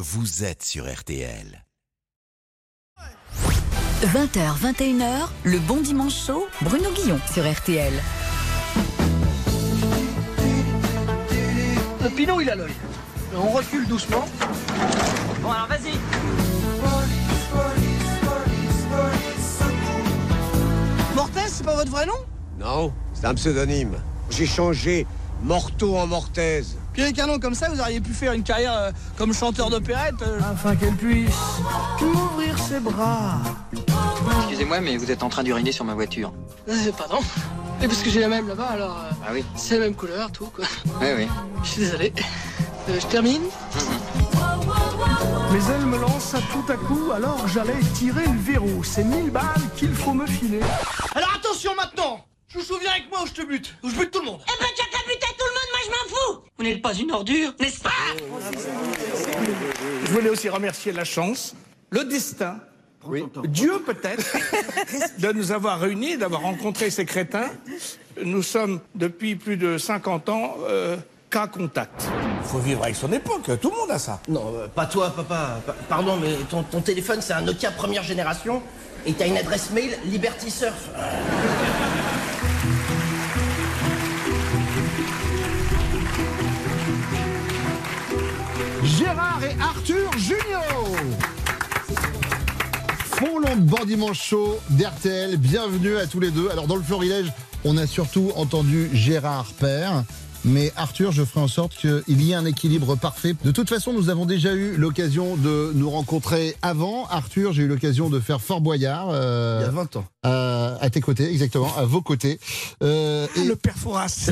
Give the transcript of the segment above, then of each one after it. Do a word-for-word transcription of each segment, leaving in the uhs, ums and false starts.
vous êtes sur R T L. vingt heures, vingt et une heures, le Bon Dimanche Show, Bruno Guillon sur R T L. Le Pinot, il a l'œil. On recule doucement. Bon, alors vas-y. Mortez, c'est pas votre vrai nom? Non, c'est un pseudonyme. J'ai changé Morteau en Mortaise. Puis avec un nom comme ça, vous auriez pu faire une carrière euh, comme chanteur d'opérette. Euh... Afin qu'elle puisse m'ouvrir ses bras. Excusez-moi, mais vous êtes en train d'uriner sur ma voiture. Euh, pardon. Et parce que j'ai la même là-bas, alors... Euh, Ah oui. c'est la même couleur, tout, quoi. Oui, oui. Je suis désolé. Euh, je termine. Mais elle me lança tout à coup, alors j'allais tirer le verrou. C'est mille balles qu'il faut me filer. Alors attention maintenant. Je vous souviens avec moi où je te bute. Où je bute tout le monde. Eh ben t'as qu'à buter tout le monde, moi je m'en fous. Vous n'êtes pas une ordure, n'est-ce pas? Je voulais aussi remercier la chance, le destin, Oui. Dieu peut-être, de nous avoir réunis, d'avoir rencontré ces crétins. Nous sommes depuis plus de cinquante ans euh, cas contact. Il faut vivre avec son époque, tout le monde a ça. Non, euh, pas toi, papa. Pa- pardon, mais ton, ton téléphone, c'est un Nokia première génération et t'as une adresse mail Liberty Surf. Gérard et Arthur Junior font long de Bon Dimanche Show d'R T L. Bienvenue à tous les deux. Alors dans le florilège, on a surtout entendu Gérard père. Mais Arthur, je ferai en sorte qu'il y ait un équilibre parfait. De toute façon, nous avons déjà eu l'occasion de nous rencontrer avant. Arthur, j'ai eu l'occasion de faire Fort Boyard. Euh, Il y a vingt ans. À, à tes côtés, exactement, à vos côtés. Euh, Et le père Fouras.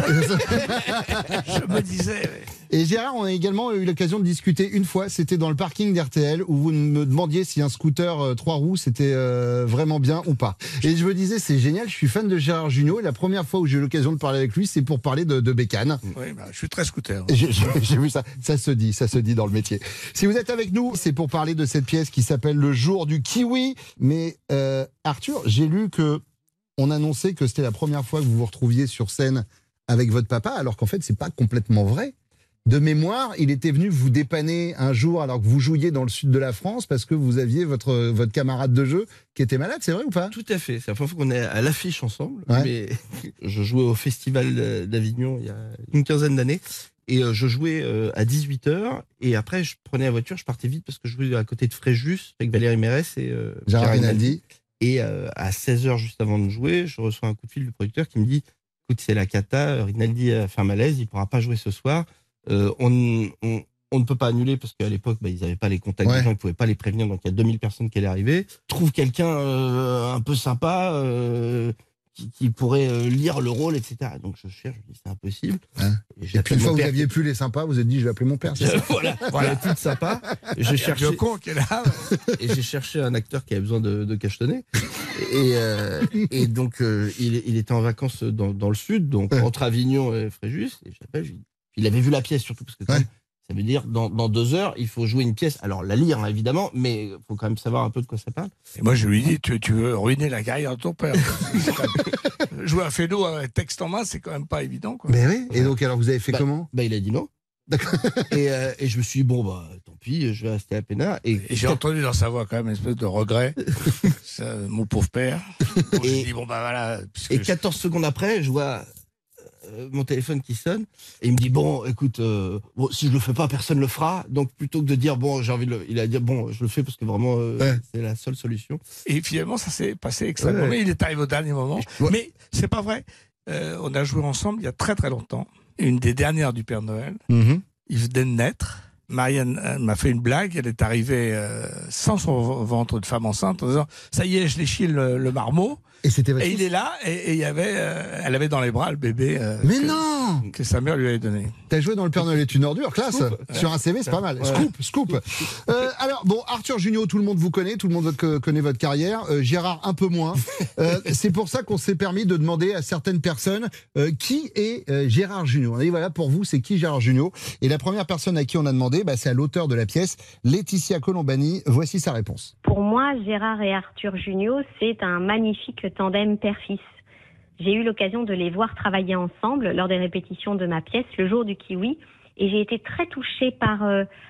Je me disais... Et Gérard, on a également eu l'occasion de discuter une fois, c'était dans le parking d'R T L, où vous me demandiez si un scooter euh, trois roues, c'était euh, vraiment bien ou pas. Et je me disais, c'est génial, je suis fan de Gérard Jugnot, et la première fois où j'ai eu l'occasion de parler avec lui, c'est pour parler de, de bécane. Oui, bah, je suis très scooter. J'ai j'ai vu ça, ça se dit, ça se dit dans le métier. Si vous êtes avec nous, c'est pour parler de cette pièce qui s'appelle Le Jour du Kiwi. Mais euh, Arthur, j'ai lu que on annonçait que c'était la première fois que vous vous retrouviez sur scène avec votre papa, alors qu'en fait, c'est pas complètement vrai. De mémoire, il était venu vous dépanner un jour alors que vous jouiez dans le sud de la France parce que vous aviez votre, votre camarade de jeu qui était malade, c'est vrai ou pas? Tout à fait, c'est la première fois qu'on est à l'affiche ensemble. Ouais. Mais je jouais au Festival d'Avignon il y a une quinzaine d'années et je jouais à dix-huit heures et après je prenais la voiture, je partais vite parce que je jouais à côté de Fréjus avec Valérie Mérès et euh, Gérard Pierre Rinaldi. Et euh, à seize heures juste avant de jouer, je reçois un coup de fil du producteur qui me dit écoute, c'est la cata, Rinaldi a fait un malaise, il pourra pas jouer ce soir. Euh, on, on, on ne peut pas annuler parce qu'à l'époque, bah, ils n'avaient pas les contacts Ouais. des gens, ils ne pouvaient pas les prévenir, donc il y a deux mille personnes qui allaient arriver. Trouve quelqu'un euh, un peu sympa euh, qui, qui pourrait euh, lire le rôle, et cetera. Donc je cherche, je dis c'est impossible. Hein. Et, Et puis une fois que vous aviez plus les sympas, vous vous êtes dit je vais appeler mon père. C'est ça voilà, voilà, plus de sympa. J'ai cherché, Le con qui est là. et j'ai cherché un acteur qui avait besoin de, de cachetonner. Et, euh, et donc euh, il, il était en vacances dans, dans le sud, donc Ouais. entre Avignon et Fréjus. Et j'appelle, je lui dis, il avait vu la pièce surtout parce que quand Ouais. même, ça veut dire dans, dans deux heures, il faut jouer une pièce. Alors la lire hein, évidemment, mais il faut quand même savoir un peu de quoi ça parle. Et moi, je lui dis, tu, tu veux ruiner la carrière de ton père. C'est quand même- Jouer à Fédo avec texte en main, c'est quand même pas évident, quoi. Mais oui. Et donc alors vous avez fait Bah, comment? Bah il a dit non. D'accord. Et, euh, et je me suis dit bon bah tant pis, je vais rester à Pénard. Et, Et j'ai entendu dans sa voix quand même une espèce de regret. Ça, mon pauvre père. Donc, je Et- lui dis, bon, bah voilà. puisque Et je- quatorze secondes après, je vois euh, mon téléphone qui sonne et il me dit bon écoute euh, bon, si je le fais pas personne le fera, donc plutôt que de dire bon j'ai envie de le... il a dit bon je le fais parce que vraiment euh, Ouais. c'est la seule solution. Et finalement, ça s'est passé extrêmement Ouais. bien. Il est arrivé au dernier moment. Ouais. Mais c'est pas vrai. Euh, on a joué ensemble il y a très très longtemps. Une des dernières du Père Noël. Mhm. Il venait de naître. Marianne euh, m'a fait une blague. Elle est arrivée euh, sans son v- ventre de femme enceinte en disant ça y est, je l'ai chié le, le marmot. Et c'était votre Et il fils est là. Et et il y avait, euh, elle avait dans les bras le bébé. euh, Mais que, non. que sa mère lui avait donné. T'as joué dans Le Père Noël est une ordure, classe. Sur un C V, c'est pas mal. Ouais. Scoop, scoop. Euh, alors, bon, Arthur Junior, tout le monde vous connaît, tout le monde votre- connaît votre carrière. Euh, Gérard, un peu moins. Euh, c'est pour ça qu'on s'est permis de demander à certaines personnes euh, qui est euh, Gérard Junior. On a dit, voilà, pour vous, c'est qui Gérard Junior? Et la première personne à qui on a demandé, bah, c'est à l'auteur de la pièce, Laetitia Colombani. Voici sa réponse. Pour moi, Gérard et Arthur Junior, c'est un magnifique tandem père-fils. J'ai eu l'occasion de les voir travailler ensemble lors des répétitions de ma pièce Le Jour du Kiwi et j'ai été très touchée par euh,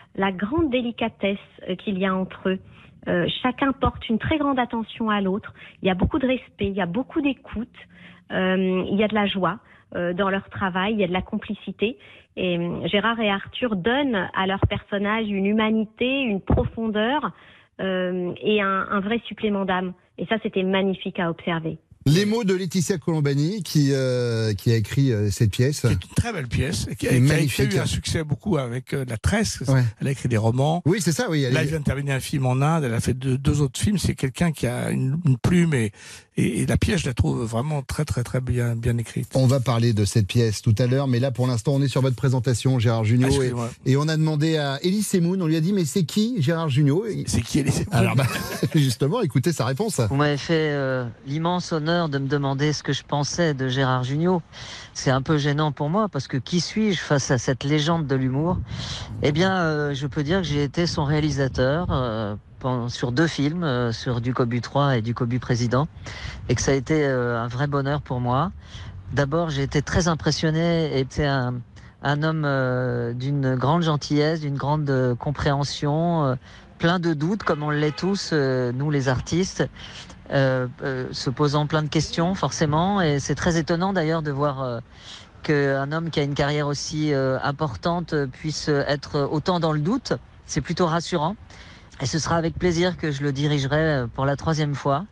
la grande délicatesse euh, qu'il y a entre eux. Euh, chacun porte une très grande attention à l'autre. Il y a beaucoup de respect, il y a beaucoup d'écoute, euh, il y a de la joie euh, dans leur travail, il y a de la complicité. Et euh, Gérard et Arthur donnent à leur personnage une humanité, une profondeur euh, et un, un vrai supplément d'âme. Et ça, c'était magnifique à observer. Les mots de Laetitia Colombani qui, euh, qui a écrit euh, cette pièce. C'est une très belle pièce qui a, qui a, qui a eu un succès beaucoup avec euh, la Tresse. Ouais. Elle a écrit des romans. Oui, c'est ça. Oui. Elle Là, est... elle vient de terminer un film en Inde. Elle a fait deux, deux autres films. C'est quelqu'un qui a une, une plume et, et, et la pièce, je la trouve vraiment très, très, très bien, bien écrite. On va parler de cette pièce tout à l'heure, mais là, pour l'instant, on est sur votre présentation, Gérard Jugnot. Et, et on a demandé à Elie Semoun, on lui a dit, mais c'est qui Gérard Jugnot? C'est qui Elie Semoun? Alors, bah, justement, écoutez sa réponse. Vous m'avez fait euh, l'immense honneur de me demander ce que je pensais de Gérard Jugnot. C'est un peu gênant pour moi parce que qui suis-je face à cette légende de l'humour? Eh bien, euh, je peux dire que j'ai été son réalisateur euh, pendant, sur deux films, euh, sur Du Cobu trois et Du Cobu Président, et que ça a été euh, un vrai bonheur pour moi. D'abord, j'ai été très impressionné et c'est un, un homme euh, d'une grande gentillesse, d'une grande euh, compréhension, euh, plein de doutes comme on l'est tous, euh, nous les artistes. Euh, euh, se posant plein de questions forcément, et c'est très étonnant d'ailleurs de voir euh, qu'un homme qui a une carrière aussi euh, importante euh, puisse être autant dans le doute. C'est plutôt rassurant et ce sera avec plaisir que je le dirigerai pour la troisième fois.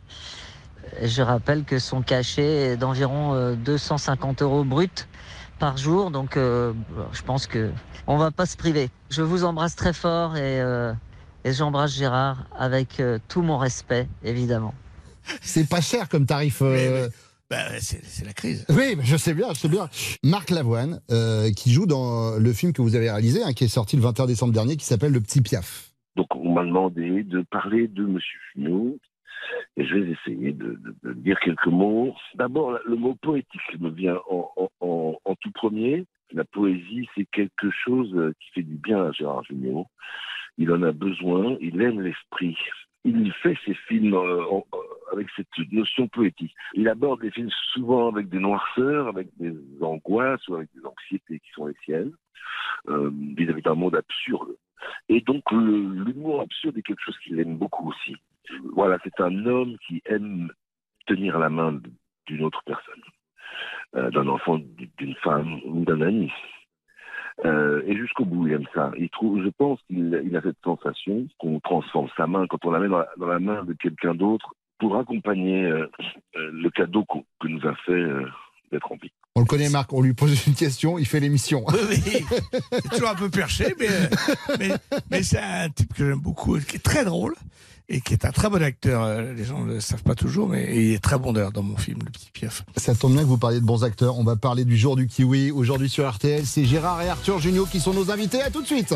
Je rappelle que son cachet est d'environ euh, deux cent cinquante euros brut par jour, donc euh, je pense que on va pas se priver. Je vous embrasse très fort et, euh, et j'embrasse Gérard avec euh, tout mon respect évidemment. C'est pas cher comme tarif. Euh... Oui, oui. Bah, c'est la crise. Oui, je sais bien, je sais bien. Marc Lavoine, euh, qui joue dans le film que vous avez réalisé, hein, qui est sorti le vingt et un décembre dernier, qui s'appelle Le Petit Piaf. Donc on m'a demandé de parler de Monsieur Jugnot, et je vais essayer de, de, de dire quelques mots. D'abord, le mot poétique me vient en, en, en, en tout premier. La poésie, c'est quelque chose qui fait du bien à Gérard Jugnot. Il en a besoin, il aime l'esprit. Il fait ses films euh, en, avec cette notion poétique. Il aborde les films souvent avec des noirceurs, avec des angoisses ou avec des anxiétés qui sont les siennes, euh, vis-à-vis d'un monde absurde. Et donc l'humour absurde est quelque chose qu'il aime beaucoup aussi. Voilà, c'est un homme qui aime tenir la main d'une autre personne, euh, d'un enfant, d'une femme ou d'un ami. Euh, et jusqu'au bout, il aime ça. Il trouve, je pense qu'il il a cette sensation qu'on transforme sa main quand on la met dans la, dans la main de quelqu'un d'autre pour accompagner euh, euh, le cadeau que nous a fait euh, d'être rempli. On le connaît, Marc, on lui pose une question, il fait l'émission. Oui, oui. C'est toujours un peu perché, mais, mais, mais c'est un type que j'aime beaucoup, qui est très drôle et qui est un très bon acteur. Les gens ne le savent pas toujours, mais il est très bon d'ailleurs dans mon film, Le Petit Piaf. Ça tombe bien que vous parliez de bons acteurs. On va parler du jour du kiwi. Aujourd'hui sur R T L, c'est Gérard et Arthur Jugnot qui sont nos invités. À tout de suite.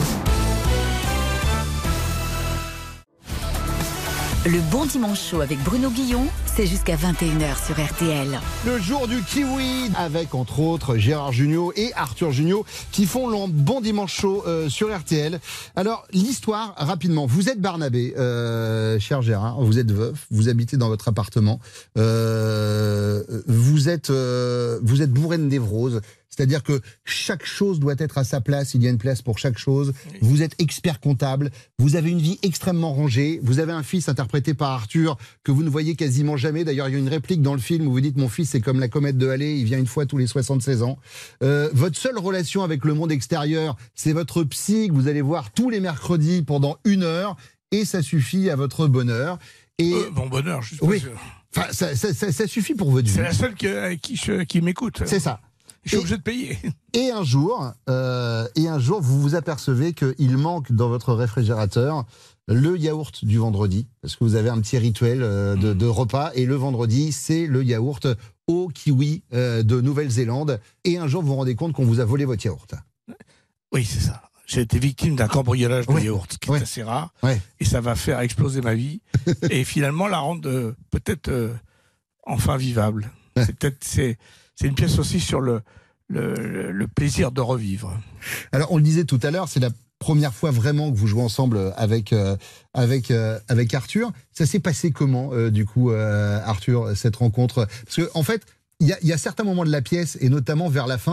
Le Bon Dimanche Show avec Bruno Guillon, c'est jusqu'à vingt et une heures sur R T L. Le jour du kiwi, avec entre autres Gérard Jugnot et Arthur Jugnot qui font le Bon Dimanche Show euh, sur R T L. Alors, l'histoire, rapidement. Vous êtes Barnabé, euh, cher Gérard, vous êtes veuf, vous habitez dans votre appartement, euh, vous êtes, euh, vous êtes bourré de névrose. C'est-à-dire que chaque chose doit être à sa place, il y a une place pour chaque chose. Vous êtes expert comptable, vous avez une vie extrêmement rangée, vous avez un fils interprété par Arthur que vous ne voyez quasiment jamais. D'ailleurs, il y a une réplique dans le film où vous dites « Mon fils, c'est comme la comète de Halley, il vient une fois tous les soixante-seize ans euh, ». Votre seule relation avec le monde extérieur, c'est votre psy que vous allez voir tous les mercredis pendant une heure et ça suffit à votre bonheur. Et euh, bon bonheur, je suis oui. pas sûr. Enfin, ça, ça, ça, ça suffit pour votre vie. C'est la seule que, qui, qui m'écoute. C'est ça. Je suis obligé de payer. Et un jour, euh, et un jour, vous vous apercevez qu'il manque dans votre réfrigérateur le yaourt du vendredi, parce que vous avez un petit rituel euh, de, de repas, et le vendredi, c'est le yaourt au kiwi euh, de Nouvelle-Zélande. Et un jour, vous vous rendez compte qu'on vous a volé votre yaourt. Oui, c'est ça. J'ai été victime d'un cambriolage de ouais. yaourt, qui ouais. est assez rare, ouais. et ça va faire exploser ma vie, et finalement la rendre euh, peut-être euh, enfin vivable. Ouais. C'est peut-être c'est c'est une pièce aussi sur le, le le plaisir de revivre. Alors on le disait tout à l'heure, c'est la première fois vraiment que vous jouez ensemble avec euh, avec euh, avec Arthur. Ça s'est passé comment euh, du coup, euh, Arthur, cette rencontre? Parce que en fait, il y a, y a certains moments de la pièce, et notamment vers la fin,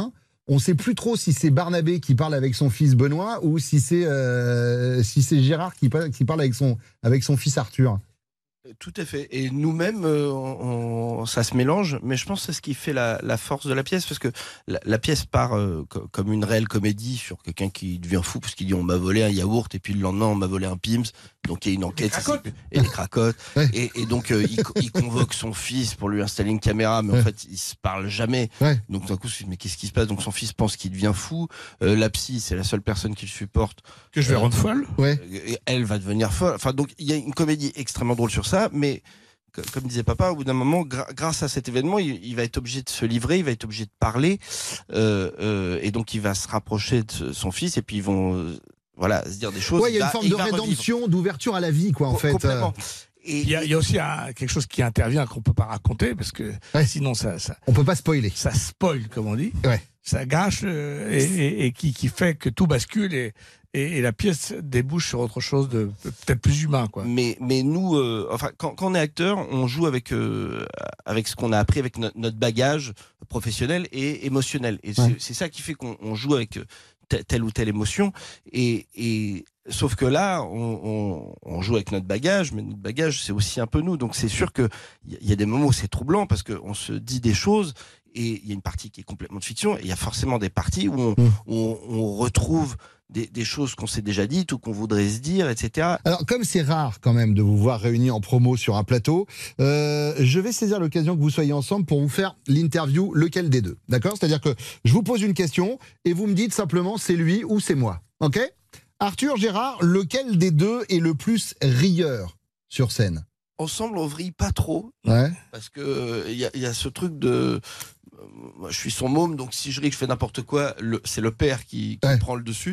on ne sait plus trop si c'est Barnabé qui parle avec son fils Benoît ou si c'est euh, si c'est Gérard qui parle, qui parle avec son, avec son fils Arthur. Tout à fait. Et nous-mêmes, euh, on, on, ça se mélange, mais je pense que c'est ce qui fait la, la force de la pièce, parce que la, la pièce part euh, co- comme une réelle comédie sur quelqu'un qui devient fou parce qu'il dit on m'a volé un yaourt et puis le lendemain on m'a volé un Pims. Donc il y a une enquête et des cracottes. Ouais. Et, et donc euh, il, il convoque son fils pour lui installer une caméra, mais ouais. en fait ils se parlent jamais. Ouais. Donc d'un coup, mais qu'est-ce qui se passe? Donc son fils pense qu'il devient fou. Euh, la psy, c'est la seule personne qui le supporte. Que je vais euh, rendre folle. Ouais. Et elle va devenir folle. Enfin donc il y a une comédie extrêmement drôle sur ça, mais comme disait papa, au bout d'un moment, gra- grâce à cet événement, il, il va être obligé de se livrer, il va être obligé de parler, euh, euh, et donc il va se rapprocher de son fils, et puis ils vont, euh, voilà, se dire des choses. Ouais, il y a une va, forme de rédemption, revivre. d'ouverture à la vie, quoi, en Co- fait. Complètement. Et il y, y a aussi un, quelque chose qui intervient qu'on peut pas raconter parce que ouais. sinon ça, ça, on peut pas spoiler. Ça spoil, comme on dit. Ouais. Ça gâche euh, et, et, et qui, qui fait que tout bascule et, et, et la pièce débouche sur autre chose de peut-être plus humain, quoi. Mais mais nous, euh, enfin quand, quand on est acteur, on joue avec euh, avec ce qu'on a appris, avec no- notre bagage professionnel et émotionnel. Et ouais. c'est, c'est ça qui fait qu'on on joue avec t- telle ou telle émotion. Et, et sauf que là, on, on, on joue avec notre bagage, mais notre bagage, c'est aussi un peu nous. Donc c'est sûr que il y, y a des moments où c'est troublant parce qu'on se dit des choses. Et il y a une partie qui est complètement de fiction, et il y a forcément des parties où on, mmh. où on, on retrouve des, des choses qu'on s'est déjà dites ou qu'on voudrait se dire, et cetera. Alors, comme c'est rare quand même de vous voir réunis en promo sur un plateau, euh, je vais saisir l'occasion que vous soyez ensemble pour vous faire l'interview lequel des deux. D'accord ? C'est-à-dire que je vous pose une question et vous me dites simplement c'est lui ou c'est moi. Ok ? Arthur, Gérard, lequel des deux est le plus rieur sur scène ? Ensemble, on vrille pas trop. Ouais. Parce que il euh, y, y a ce truc de... Moi, je suis son môme, donc si je ris que je fais n'importe quoi, le, c'est le père qui, qui ouais. prend le dessus.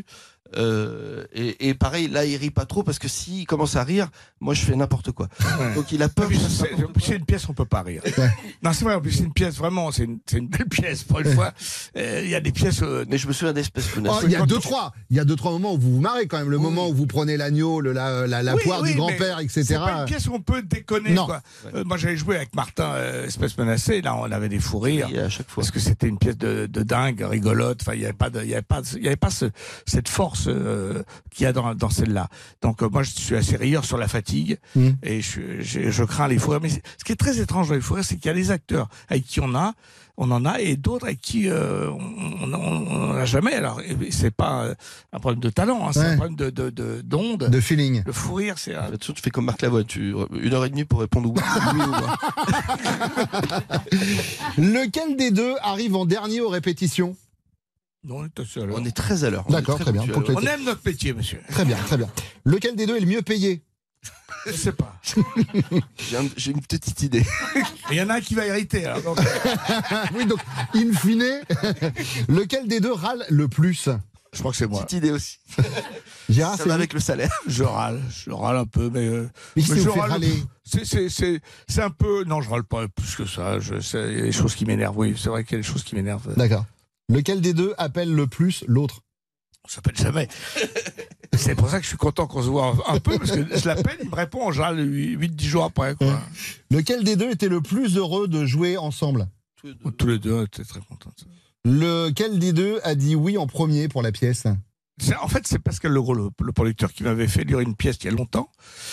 Euh, et, et pareil, là, il rit pas trop parce que s'il commence à rire, moi, je fais n'importe quoi. Ouais. Donc, il a peur. Oui, c'est, c'est une pièce, on peut pas rire. Ouais. Non, c'est vrai. En plus, c'est une pièce vraiment. C'est une, c'est une belle pièce pour une ouais. fois. Il euh, y a des pièces. Euh... Mais je me souviens d'espèces Il oh, y a deux, trois. Il y a deux, trois moments où vous vous marrez quand même. Le oui. moment où vous prenez l'agneau, le, la, la, la oui, poire oui, du grand-père, et cetera. C'est pas une pièce où on peut déconner. Non. Quoi. Ouais. Euh, moi, j'avais joué avec Martin, euh, espèce menacée. Là, on avait des fous rires. Oui, à chaque fois. Parce que c'était une pièce de, de dingue, rigolote. Enfin, il y avait pas, de, il y avait pas, il y avait pas ce, cette force. Euh, qu'il y a dans, dans celle-là. Donc euh, moi je suis assez rieur sur la fatigue mmh. et je, je, je crains les fous rires. Mais ce qui est très étrange dans les fous rires, c'est qu'il y a des acteurs avec qui on a, on en a, et d'autres avec qui euh, on n'en a jamais. Alors c'est pas un problème de talent, hein, c'est ouais. un problème de, de, de d'onde, de feeling. Le fou rire, c'est. Un... Tu fais comme Marc Lavoine, tu une heure et demie pour répondre oui, oui ou moi. Lequel des deux arrive en dernier aux répétitions? Non, on est assez à l'heure. On est très à l'heure. D'accord, très, très bien. On aime notre métier, monsieur. Très bien, très bien. Lequel des deux est le mieux payé? Je sais pas. j'ai, un, j'ai une petite idée. Il y en a un qui va hériter. Alors, donc... oui, donc, in fine, lequel des deux râle le plus? Je crois que c'est moi. Petite idée aussi. Gérard, ça c'est va avec le salaire. Je râle, je râle un peu, mais. Euh, mais mais si je vous râle. Râler. C'est, c'est, c'est, c'est un peu. Non, je râle pas plus que ça. Je, c'est, il y a des choses qui m'énervent. Oui, c'est vrai qu'il y a des choses qui m'énervent. D'accord. Lequel des deux appelle le plus l'autre? On s'appelle jamais. C'est pour ça que je suis content qu'on se voit un peu, parce que je l'appelle, il me répond en général huit dix jours après. Quoi. Ouais. Lequel des deux était le plus heureux de jouer ensemble? Tous les deux, Tous les deux on était très contents. Lequel des deux a dit oui en premier pour la pièce? C'est, en fait, c'est Pascal Legros, le, le producteur, qui m'avait fait lire une pièce il y a longtemps.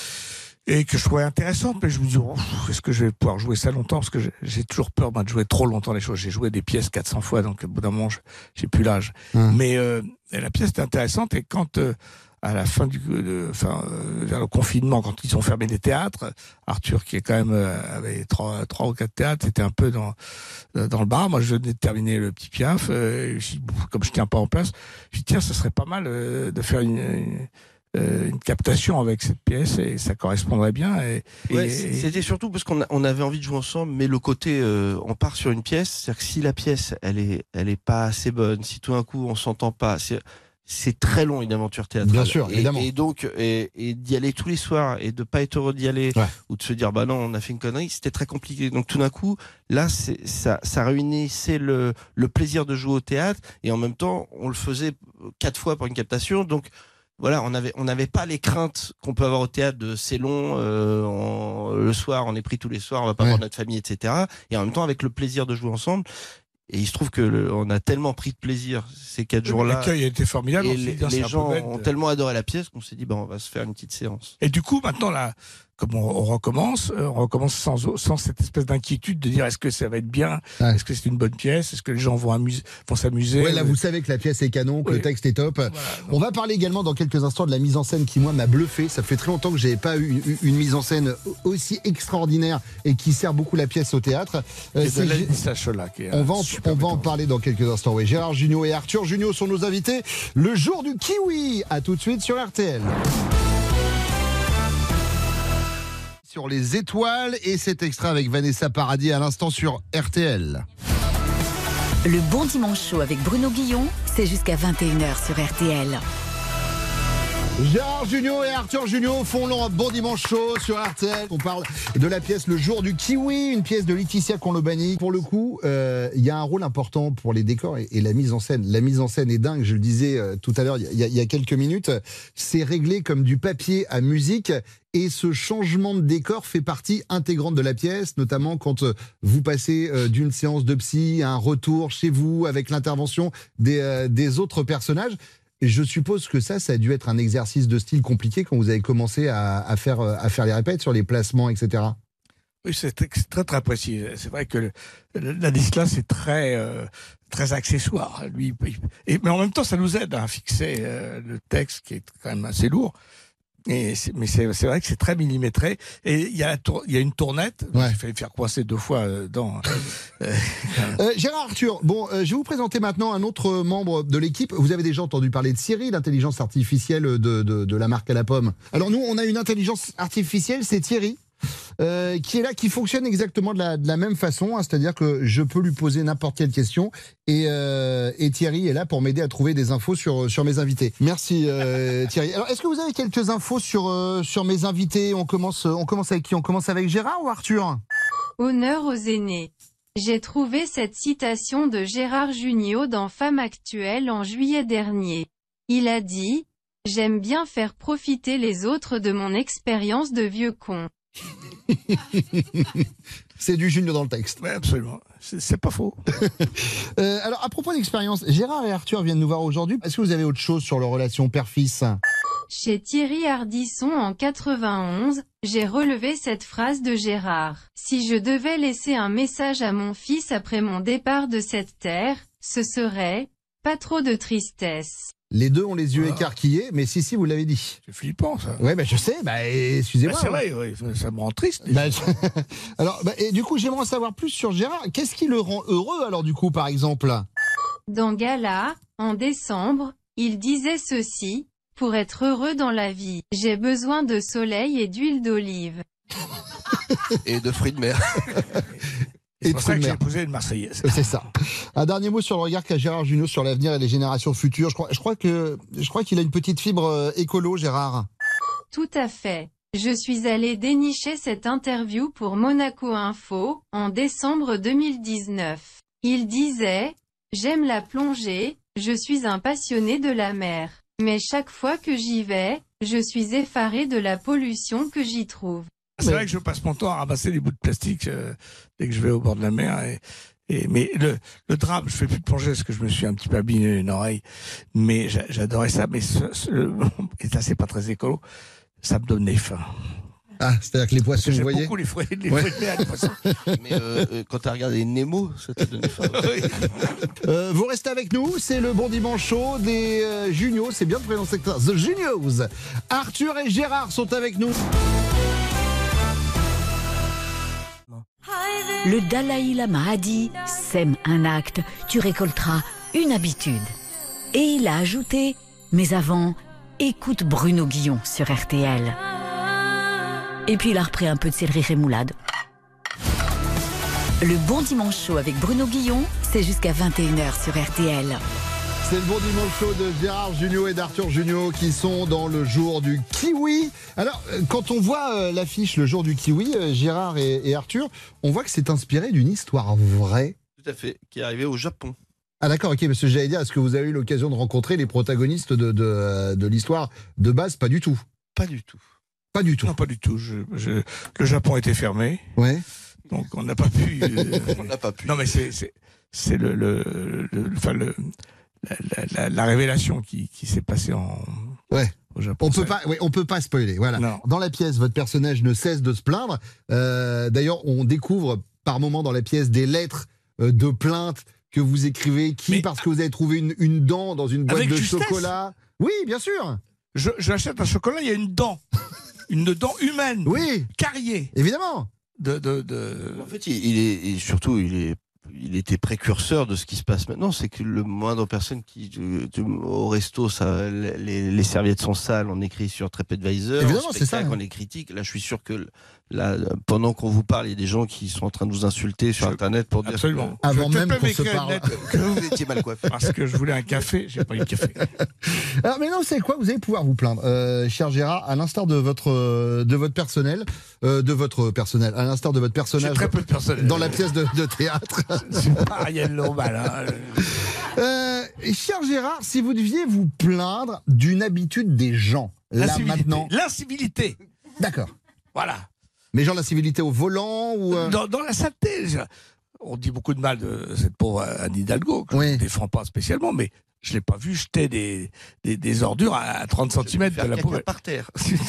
Et que je trouvais intéressante, mais je me dis, oh, est-ce que je vais pouvoir jouer ça longtemps? Parce que j'ai, j'ai toujours peur, moi, de jouer trop longtemps les choses. J'ai joué des pièces quatre cents fois, donc au bout d'un moment, je, j'ai plus l'âge. Mmh. Mais euh, la pièce était intéressante, et quand, euh, à la fin du, de, enfin, euh, vers le confinement, quand ils ont fermé les théâtres, Arthur, qui est quand même euh, avait trois, trois ou quatre théâtres, était un peu dans dans le bar. Moi, je venais de terminer le Petit Piaf. Euh, je, comme je tiens pas en place, je dis tiens, ce serait pas mal euh, de faire une, une Euh, une captation avec cette pièce, et ça correspondrait bien. Et, ouais, et, c'était surtout parce qu'on a, on avait envie de jouer ensemble, mais le côté euh, on part sur une pièce, c'est-à-dire que si la pièce elle est elle est pas assez bonne, si tout d'un coup on s'entend pas, c'est c'est très long une aventure théâtrale. Bien sûr, et, évidemment. Et donc et, et d'y aller tous les soirs et de pas être heureux d'y aller, ouais. ou de se dire bah non on a fait une connerie, c'était très compliqué. Donc tout d'un coup là c'est, ça ça réunissait le le plaisir de jouer au théâtre, et en même temps on le faisait quatre fois pour une captation, donc voilà, on avait on n'avait pas les craintes qu'on peut avoir au théâtre de c'est long, euh, on, le soir on est pris tous les soirs, on va pas ouais. voir notre famille, et cetera. Et en même temps avec le plaisir de jouer ensemble. Et il se trouve que le, on a tellement pris de plaisir ces quatre jours-là. L'accueil a été formidable. Et on s'est les, dit, c'est les un gens peu bête. ont tellement adoré la pièce qu'on s'est dit, bah, on va se faire une petite séance. Et du coup, maintenant, là, comme on, on recommence, euh, on recommence sans, sans cette espèce d'inquiétude de dire est-ce que ça va être bien, Ouais. est-ce que c'est une bonne pièce, est-ce que les gens vont, amuser, vont s'amuser. Ouais, là, vous savez que la pièce est canon, que Oui. le texte est top. Voilà, On va parler également dans quelques instants de la mise en scène qui, moi, m'a bluffé. Ça fait très longtemps que j'avais pas eu une, une mise en scène aussi extraordinaire et qui sert beaucoup la pièce au théâtre. Euh, c'est c'est- de Ladislas Chola qui est On un va, en, super on va en metteur. parler dans quelques instants. Oui, Gérard Jugnot et Arthur Jugnot sont nos invités. Le jour du kiwi. À tout de suite sur R T L. Sur les étoiles et cet extrait avec Vanessa Paradis à l'instant sur R T L. Le Bon Dimanche Show avec Bruno Guillon, c'est jusqu'à vingt et une heures sur R T L. Gérard Jugnot et Arthur Jugnot font leur Bon Dimanche Show sur R T L. On parle de la pièce Le Jour du Kiwi, une pièce de Laetitia Conlobani. Pour le coup, euh, il y a un rôle important pour les décors et, et la mise en scène. La mise en scène est dingue, je le disais euh, tout à l'heure, il y, a- il y a quelques minutes. C'est réglé comme du papier à musique. Et ce changement de décor fait partie intégrante de la pièce, notamment quand euh, vous passez euh, d'une séance de psy à un retour chez vous avec l'intervention des, euh, des autres personnages. Et je suppose que ça, ça a dû être un exercice de style compliqué quand vous avez commencé à, à, faire, à faire les répètes sur les placements, et cetera. Oui, c'est très, très très précis. C'est vrai que le, le, Ladislas c'est très euh, très accessoire. Lui, il- et, mais en même temps, ça nous aide à fixer euh, le texte qui est quand même assez lourd. Et c'est- mais c'est c'est vrai que c'est très millimétré. Et il y a la tour- il y a une tournette. Ouais. J'ai failli me faire coincer deux fois euh, dans. euh, Euh, Gérard Arthur, bon, euh, je vais vous présenter maintenant un autre membre de l'équipe. Vous avez déjà entendu parler de Siri, l'intelligence artificielle de, de, de la marque à la pomme. Alors nous, on a une intelligence artificielle, c'est Thierry. Euh, qui est là, qui fonctionne exactement de la, de la même façon, hein, c'est-à-dire que je peux lui poser n'importe quelle question et, euh, et Thierry est là pour m'aider à trouver des infos sur, sur mes invités. Merci euh, Thierry. Alors est-ce que vous avez quelques infos sur, euh, sur mes invités? On commence, on commence avec qui? On commence avec Gérard ou Arthur? Honneur aux aînés. J'ai trouvé cette citation de Gérard Jugnot dans Femme Actuelle en juillet dernier. Il a dit « J'aime bien faire profiter les autres de mon expérience de vieux con ». C'est du Jugnot dans le texte. Oui, absolument. C'est c'est pas faux. Euh, alors, à propos d'expérience, Gérard et Arthur viennent nous voir aujourd'hui. Est-ce que vous avez autre chose sur leur relation père-fils? Chez Thierry Ardisson en quatre-vingt-onze, j'ai relevé cette phrase de Gérard. « Si je devais laisser un message à mon fils après mon départ de cette terre, ce serait « pas trop de tristesse ». Les deux ont les yeux Ah. écarquillés, mais si, si, vous l'avez dit. C'est flippant ça. Ouais, bah, je sais, bah, excusez-moi. Bah, c'est vrai, oui, ça me rend triste. déjà. Bah, alors, bah, et du coup, j'aimerais en savoir plus sur Gérard. Qu'est-ce qui le rend heureux, alors, du coup, par exemple? Dans Gala, en décembre, il disait ceci, « Pour être heureux dans la vie, j'ai besoin de soleil et d'huile d'olive. Et de fruits de mer. C'est Et pour de ça que j'ai mer. épousé une Marseillaise. C'est ça. Un dernier mot sur le regard qu'a Gérard Jugnot sur l'avenir et les générations futures. Je crois, je crois que, je crois qu'il a une petite fibre euh, écolo, Gérard. » Tout à fait. Je suis allé dénicher cette interview pour Monaco Info, en décembre deux mille dix-neuf. Il disait « J'aime la plongée, je suis un passionné de la mer. Mais chaque fois que j'y vais, je suis effaré de la pollution que j'y trouve. » C'est vrai que je passe mon temps à ramasser des bouts de plastique euh, dès que je vais au bord de la mer. Et, et, mais le, le drame, je fais plus de plongée parce que je me suis un petit peu abîmé une oreille. Mais j'a- j'adorais ça. Mais ce, ce, et ça, c'est pas très écolo. Ça me donnait faim. Ah, c'est-à-dire que les poissons, vous J'aime voyez beaucoup les fruits, les Ouais. fruits de mer, les poissons. Mais euh, euh, quand tu as regardé Nemo, ça t'a donné faim. Euh, vous restez avec nous, c'est le Bon Dimanche Show des euh, Juniors, c'est bien de prononcer ça, The Juniors. Arthur et Gérard sont avec nous. Le Dalai Lama a dit « Sème un acte, tu récolteras une habitude ». Et il a ajouté « Mais avant, écoute Bruno Guillon sur R T L ». Et puis il a repris un peu de céleri rémoulade. Le Bon Dimanche Show avec Bruno Guillon, c'est jusqu'à vingt et une heures sur R T L. C'est le Bon Dimanche Show de Gérard Jugnot et d'Arthur Jugnot qui sont dans le jour du kiwi. Alors, euh, quand on voit euh, l'affiche le jour du kiwi, euh, Gérard et, et Arthur, on voit que c'est inspiré d'une histoire vraie. Tout à fait, qui est arrivé au Japon. Ah d'accord, ok, parce que j'allais dire, est-ce que vous avez eu l'occasion de rencontrer les protagonistes de, de, euh, de l'histoire de base? Pas du tout. Pas du tout. Pas du tout. Non, pas du tout. Je, je, le Japon était fermé. Ouais. Donc on n'a pas pu. Euh, On n'a pas pu. Non, mais c'est, c'est, c'est le, le, le, enfin le la, la, la, la révélation qui, qui s'est passée en ouais. au Japon. On peut pas, oui, on peut pas spoiler. Voilà. Non. Dans la pièce, votre personnage ne cesse de se plaindre. Euh, D'ailleurs, on découvre par moments dans la pièce des lettres euh, de plainte que vous écrivez, qui, mais parce que vous avez trouvé une, une dent dans une boîte de justesse. chocolat. Oui, bien sûr. Je, j'achète un chocolat, il y a une dent. Une dent humaine. Oui. Carriée. Évidemment. De, de, de... En fait, il, il est, et surtout, il est, il était précurseur de ce qui se passe maintenant. C'est que le moindre personne qui, de, de, au resto, ça, les, les serviettes sont sales, on écrit sur TripAdvisor. Évidemment, c'est ça. On les critique. Là, je suis sûr que là, pendant qu'on vous parle, il y a des gens qui sont en train de vous insulter sur je... Internet pour dire absolument. Que, avant même qu'on se parle, que vous étiez mal coiffé. Parce que je voulais un café, j'ai pas eu de café. Alors, mais non, c'est quoi? Vous allez pouvoir vous plaindre, euh, cher Gérard, à l'instar de votre euh, de votre personnel, euh, de votre personnel, à l'instar de votre personnage. J'ai très peu de personnel dans la pièce de, de théâtre. C'est pas Ariel Normal. Hein. Euh, cher Gérard, si vous deviez vous plaindre d'une habitude des gens, là maintenant. L'incivilité. D'accord. Voilà. Mais genre la civilité au volant ou euh... dans, dans la saleté. On dit beaucoup de mal de cette pauvre Anne Hidalgo, que oui. je ne défends pas spécialement, mais je ne l'ai pas vu jeter des, des, des ordures à trente centimètres de la poubelle. Par terre.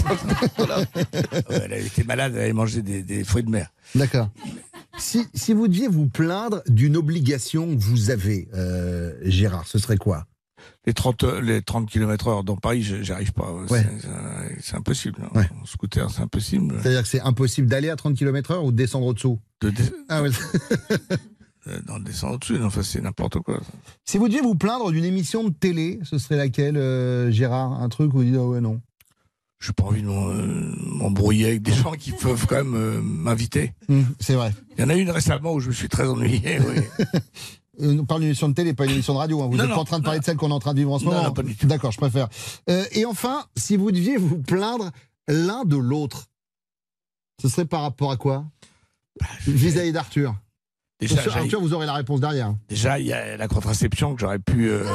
Elle avait été malade, elle avait mangé des, des fruits de mer. D'accord. Si, si vous deviez vous plaindre d'une obligation que vous avez, euh, Gérard, ce serait quoi? Les trente, les trente kilomètres heure dans Paris, j'y arrive pas. Ouais. C'est impossible. Ouais. En scooter, c'est impossible. C'est-à-dire que c'est impossible d'aller à trente kilomètres heure ou de descendre au-dessous de dé... Ah ouais. Non, descendre au-dessus, enfin, c'est n'importe quoi. Si vous deviez vous plaindre d'une émission de télé, ce serait laquelle, euh, Gérard? Un truc où vous dites, ah ouais, non. Je n'ai pas envie de m'embrouiller avec des gens qui peuvent quand même euh, m'inviter. Mmh, c'est vrai. Il y en a une récemment où je me suis très ennuyé, oui. On parle d'une émission de télé, pas une émission de radio. Hein. Vous n'êtes pas en train de parler de celle qu'on est en train de vivre en ce non, moment. Non, pas du tout. D'accord, je préfère. Euh, et enfin, si vous deviez vous plaindre l'un de l'autre, ce serait par rapport à quoi? bah, Vis-à-vis d'Arthur. Déjà, sûr, Arthur, vous aurez la réponse derrière. Déjà, il y a la contraception que j'aurais pu... Euh...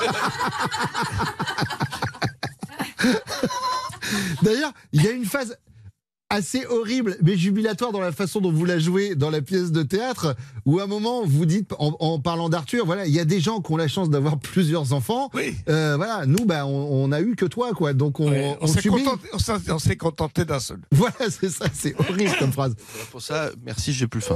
D'ailleurs, il y a une phase assez horrible, mais jubilatoire dans la façon dont vous la jouez dans la pièce de théâtre, où à un moment, vous dites, en, en parlant d'Arthur, voilà, il y a des gens qui ont la chance d'avoir plusieurs enfants. Oui. Euh, voilà, nous, bah, on, on a eu que toi, quoi. Donc, on, ouais, on, on, s'est contenté, on s'est contenté d'un seul. Voilà, c'est ça, c'est horrible comme phrase. Pour ça, merci, j'ai plus faim.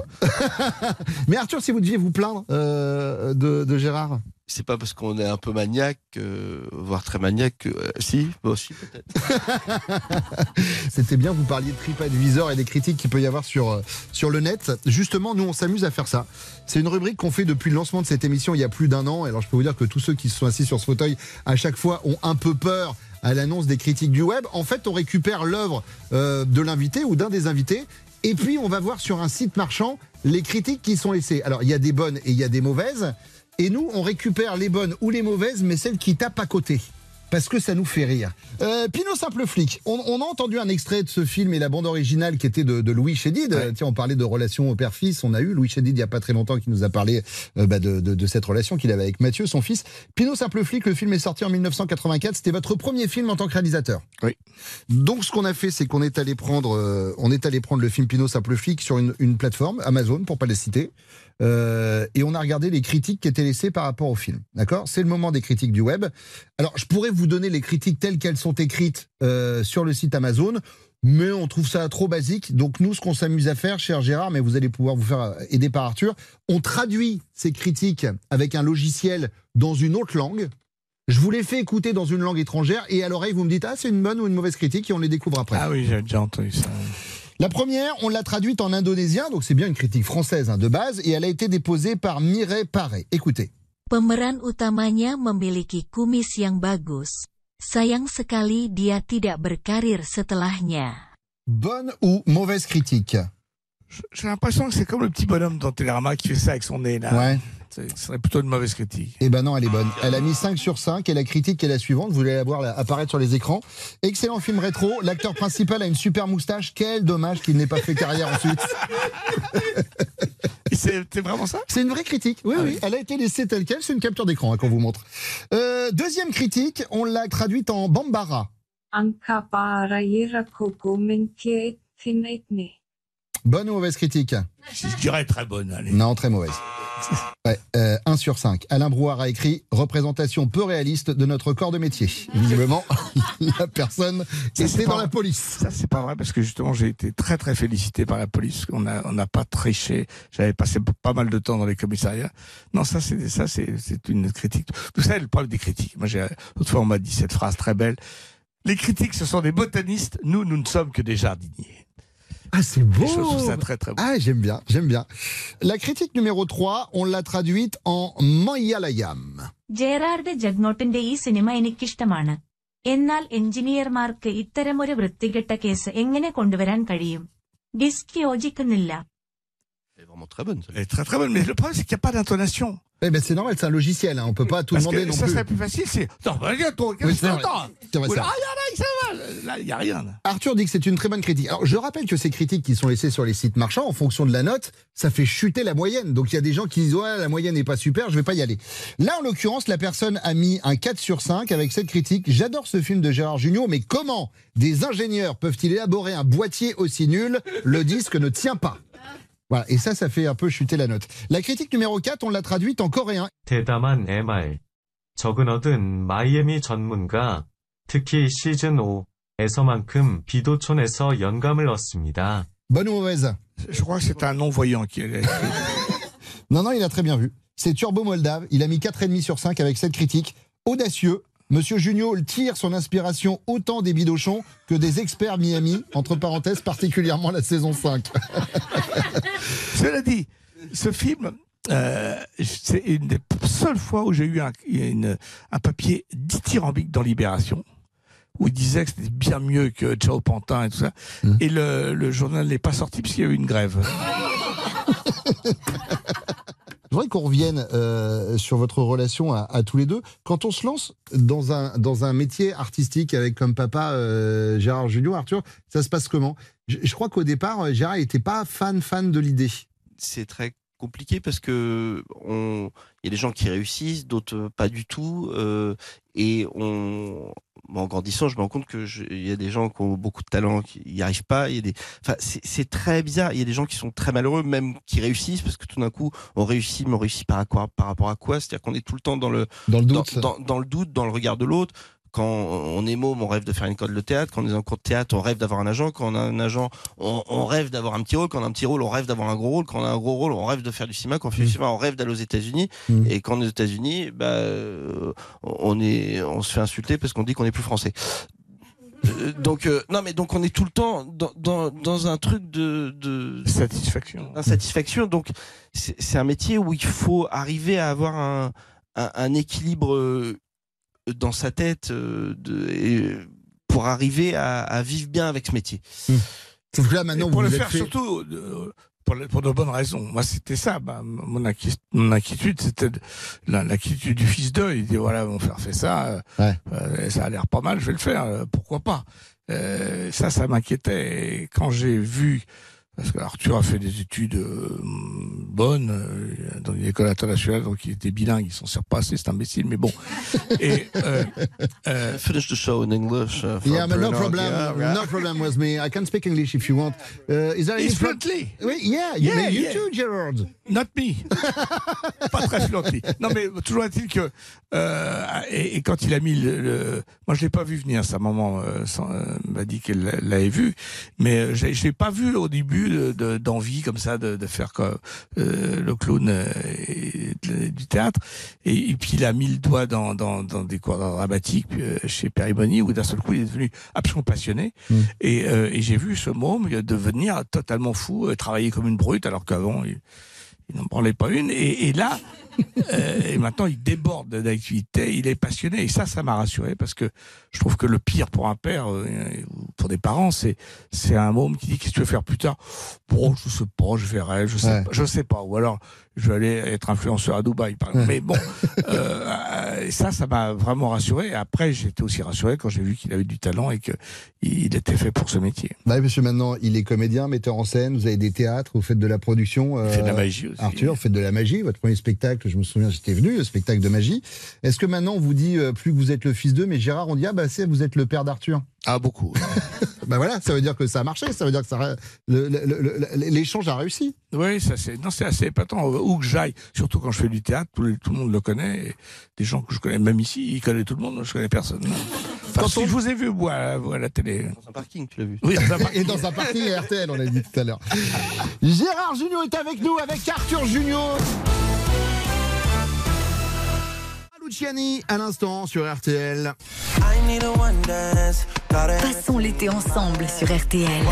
Mais Arthur, si vous deviez vous plaindre euh, de, de Gérard? C'est pas parce qu'on est un peu maniaque, euh, voire très maniaque, que, euh, si, moi aussi peut-être. C'était bien, vous parliez de TripAdvisor et des critiques qu'il peut y avoir sur, euh, sur le net. Justement, nous on s'amuse à faire ça. C'est une rubrique qu'on fait depuis le lancement de cette émission il y a plus d'un an. Alors je peux vous dire que tous ceux qui se sont assis sur ce fauteuil à chaque fois ont un peu peur à l'annonce des critiques du web. En fait, on récupère l'œuvre euh, de l'invité ou d'un des invités. Et puis on va voir sur un site marchand les critiques qui sont laissées. Alors il y a des bonnes et il y a des mauvaises. Et nous, on récupère les bonnes ou les mauvaises, mais celles qui tapent à côté. Parce que ça nous fait rire. Euh, Pinot Simple Flic. On, on a entendu un extrait de ce film et la bande originale qui était de, de Louis Chédid. Ouais. Tiens, on parlait de relations au père-fils. On a eu Louis Chédid il n'y a pas très longtemps qui nous a parlé euh, bah de, de, de cette relation qu'il avait avec Mathieu, son fils. Pinot Simple Flic, le film est sorti en mille neuf cent quatre-vingt-quatre. C'était votre premier film en tant que réalisateur. Oui. Donc, ce qu'on a fait, c'est qu'on est allé prendre, euh, on est allé prendre le film Pinot Simple Flic sur une, une plateforme, Amazon, pour pas les citer. Euh, et on a regardé les critiques qui étaient laissées par rapport au film. D'accord ? C'est le moment des critiques du web. Alors, je pourrais vous donner les critiques telles qu'elles sont écrites euh, sur le site Amazon, mais on trouve ça trop basique. Donc nous, ce qu'on s'amuse à faire, cher Gérard, mais vous allez pouvoir vous faire aider par Arthur, on traduit ces critiques avec un logiciel dans une autre langue. Je vous les fais écouter dans une langue étrangère et à l'oreille, vous me dites « Ah, c'est une bonne ou une mauvaise critique » et on les découvre après. Ah oui, j'ai déjà entendu ça. La première, on l'a traduite en indonésien, donc c'est bien une critique française hein, de base, et elle a été déposée par Mireille Paré. Écoutez. Pemeran utamanya memiliki kumis yang bagus. Sayang sekali dia tidak berkarir setelahnya. Bonne ou mauvaise critique? J'ai l'impression que c'est comme le petit bonhomme dans Télérama qui fait ça avec son nez là. Ouais. Ce serait plutôt une mauvaise critique. Eh ben non, elle est bonne. Elle a mis cinq sur cinq et la critique est la suivante. Vous allez la voir apparaître sur les écrans. Excellent film rétro. L'acteur principal a une super moustache. Quel dommage qu'il n'ait pas fait carrière ensuite. C'est vraiment ça? C'est une vraie critique. Oui, ah oui, oui. Elle a été laissée telle quelle. C'est une capture d'écran hein, qu'on vous montre. Euh, deuxième critique, on l'a traduite en Bambara. Bonne ou mauvaise critique? Je dirais très bonne, allez. Non, très mauvaise. Ouais, euh, un sur cinq. Alain Brouard a écrit « Représentation peu réaliste de notre corps de métier ». Visiblement, la personne Ça, était pas, dans la police. Ça, c'est pas vrai, parce que justement, j'ai été très, très félicité par la police. On n'a on n'a pas triché. J'avais passé pas mal de temps dans les commissariats. Non, ça, c'est ça, c'est une critique. Vous savez, le problème des critiques. Moi, l'autre fois, on m'a dit cette phrase très belle. Les critiques, ce sont des botanistes. Nous, nous ne sommes que des jardiniers. Ah, c'est beau. Je trouve ça très, très beau. Ah, j'aime bien, j'aime bien. La critique numéro trois, on l'a traduite en Malayalam. ജെറാർഡ് ജഗ്നോട്ടിന്റെ ഈ സിനിമ എനിക്കിഷ്ടമാണ്. എന്നാൽ എഞ്ചിനീയർമാർക്ക് ഇത്തരമൊരു വൃത്തികെട്ട കേസ് എങ്ങനെ കൊണ്ടുവരാൻ കഴിയും? ഡിസ്ക് യോജിക്കുന്നില്ല. Elle est vraiment très bonne. Elle est très très bonne, mais le problème c'est qu'il n'y a pas d'intonation. Eh ben c'est normal, c'est un logiciel, hein. On peut pas tout Parce demander que non ça plus. serait plus facile, c'est. Non, bah, regarde, toi, Oui, qu'est-ce c'est que vrai. t'entends? C'est vrai, Oui, c'est là, vrai. regarde, ça va. Là, il n'y a rien. Là. Arthur dit que c'est une très bonne critique. Alors, je rappelle que ces critiques qui sont laissées sur les sites marchands, en fonction de la note, ça fait chuter la moyenne. Donc, il y a des gens qui disent, ouais, la moyenne n'est pas super, je vais pas y aller. Là, en l'occurrence, la personne a mis un quatre sur cinq avec cette critique. J'adore ce film de Gérard Jugnot, mais comment des ingénieurs peuvent-ils élaborer un boîtier aussi nul? Le disque ne tient pas. Voilà, et ça, ça fait un peu chuter la note. La critique numéro quatre, on l'a traduite en coréen. 대담한 엠알. 적은 얻은 마이애미 전문가, 특히 시즌 오에서만큼 비도촌에서 영감을 얻습니다. Bonne ou mauvaise? Je crois que c'est un non-voyant qui est. Non, non, il a très bien vu. C'est Turbo Moldave. Il a mis quatre virgule cinq sur cinq avec cette critique. Audacieux. Monsieur Jugnot tire son inspiration autant des bidochons que des experts Miami, entre parenthèses, particulièrement la saison cinq. Cela dit, ce film, euh, c'est une des seules fois où j'ai eu un, une, un papier dithyrambique dans Libération, où il disait que c'était bien mieux que Joe Pantin et tout ça. Mmh. Et le, le journal n'est pas sorti parce qu'il y a eu une grève. Je voudrais qu'on revienne euh, sur votre relation à, à tous les deux. Quand on se lance dans un, dans un métier artistique avec comme papa euh, Gérard Jugnot, Arthur, ça se passe comment? je, je crois qu'au départ, Gérard n'était pas fan, fan de l'idée. C'est très compliqué parce que on... il y a des gens qui réussissent, d'autres pas du tout. Euh, et on... en grandissant, je me rends compte que je... il y a des gens qui ont beaucoup de talent qui n'y arrivent pas. Il y a des... enfin, c'est très bizarre. Il y a des gens qui sont très malheureux, même qui réussissent, parce que tout d'un coup, on réussit, mais on réussit par, à quoi, par rapport à quoi? C'est-à-dire qu'on est tout le temps dans le, dans le doute, dans, dans, dans le doute, dans le regard de l'autre. Quand on est môme, on rêve de faire une école de théâtre. Quand on est en cours de théâtre, on rêve d'avoir un agent. Quand on a un agent, on, on rêve d'avoir un petit rôle. Quand on a un petit rôle, on rêve d'avoir un gros rôle. Quand on a un gros rôle, on rêve de faire du cinéma. Quand on fait mmh. du cinéma, on rêve d'aller aux États-Unis. Mmh. Et quand on est aux États-Unis, bah, euh, on est, on se fait insulter parce qu'on dit qu'on est plus français. Euh, donc euh, non mais donc on est tout le temps dans, dans, dans un truc de, de satisfaction. Insatisfaction. Donc c'est un métier où il faut arriver à avoir un, un, un équilibre euh, dans sa tête euh, de, et, pour arriver à, à vivre bien avec ce métier. Mmh. Sauf que là maintenant et pour vous le vous faire fait... surtout euh, pour, pour de bonnes raisons. Moi c'était ça, bah, mon, inquiétude, mon inquiétude c'était l'inquiétude du fils d'eux. Il dit voilà mon frère fait ça, ouais. euh, ça a l'air pas mal, je vais le faire, euh, pourquoi pas. Euh, ça ça m'inquiétait. Et quand j'ai vu, parce que Arthur a fait des études euh, bonnes euh, dans une école internationale, donc il était bilingue, il s'en sert pas assez, c'est imbécile, mais bon. Et euh, euh, finish the show in English. Uh, yeah, but no problem, yeah, yeah. no problem with me. I can speak English if you want. Uh, is there any fluently? Oui, yeah, you, yeah, you yeah. too, Gerard. Not me. Pas très fluently. Non, mais toujours est-il que euh, et, et quand il a mis le, le moi je l'ai pas vu venir, sa maman euh, euh, m'a dit qu'elle l'avait vu, mais je je l'ai pas vu au début d'envie de, comme ça de, de faire quoi, euh, le clown euh, et, et, du théâtre et, et puis il a mis le doigt dans, dans, dans des cours dramatiques euh, chez Périboni où d'un seul coup il est devenu absolument passionné mmh. et, euh, et j'ai vu ce môme devenir totalement fou, euh, travailler comme une brute alors qu'avant il, il n'en branlait pas une et, et là euh, et maintenant il déborde d'activité, il est passionné et ça ça m'a rassuré parce que je trouve que le pire pour un père euh, ou pour des parents c'est c'est un môme qui dit qu'est-ce que tu veux faire plus tard? Bon je sais pas, je verrai, je sais ouais. pas, je sais pas ou alors je vais aller être influenceur à Dubaï par exemple. Ouais. Mais bon euh, euh, ça, ça m'a vraiment rassuré. Après, j'étais aussi rassuré quand j'ai vu qu'il avait du talent et qu'il était fait pour ce métier. Bah, parce que maintenant, il est comédien, metteur en scène, vous avez des théâtres, vous faites de la production. Euh, il fait de la magie aussi. Arthur, vous faites de la magie. Votre premier spectacle, je me souviens, j'étais venu, le spectacle de magie. Est-ce que maintenant, on vous dit euh, plus que vous êtes le fils d'eux, mais Gérard, on dit, ah bah c'est, vous êtes le père d'Arthur? Ah, beaucoup. Bah voilà, ça veut dire que ça a marché, ça veut dire que ça, le, le, le, l'échange a réussi. Oui, ça c'est, non, c'est assez épatant. Où que j'aille, surtout quand je fais du théâtre, tout, le, tout le monde le connaît. Et des gens que je connais, même ici, ils connaissent tout le monde, je connais personne. Enfin, quand si on... je vous ai vu, moi, à, à la télé. Dans un parking, tu l'as vu. Oui, dans un et dans un parking R T L, on l'a dit tout à l'heure. Gérard Jugnot est avec nous, avec Arthur Jugnot. Luciani à l'instant sur R T L. Passons l'été ensemble sur R T L.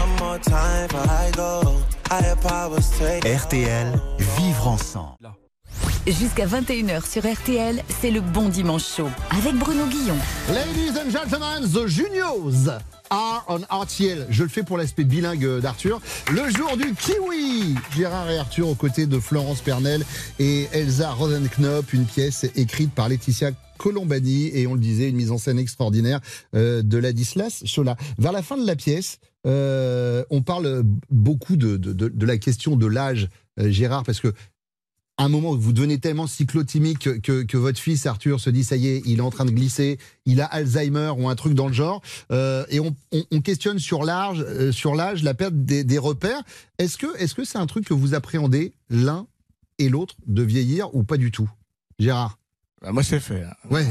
R T L, vivre ensemble. Jusqu'à vingt et une heures sur R T L, c'est le Bon Dimanche Show avec Bruno Guillon. Ladies and gentlemen, the Juniors are on R T L. Je le fais pour l'aspect bilingue d'Arthur. Le jour du kiwi. Gérard et Arthur aux côtés de Florence Pernel et Elsa Rosenknop, une pièce écrite par Laetitia Colombani et on le disait, une mise en scène extraordinaire euh, de Ladislas Chola. Vers la fin de la pièce, euh, on parle beaucoup de, de, de, de la question de l'âge, euh, Gérard, parce que à un moment, vous devenez tellement cyclotimique que, que, que votre fils, Arthur, se dit, ça y est, il est en train de glisser, il a Alzheimer ou un truc dans le genre. Euh, et on, on, on questionne sur l'âge, euh, sur l'âge, la perte des, des repères. Est-ce que, est-ce que c'est un truc que vous appréhendez l'un et l'autre de vieillir ou pas du tout, Gérard? Bah moi, c'est fait. Hein. Ouais.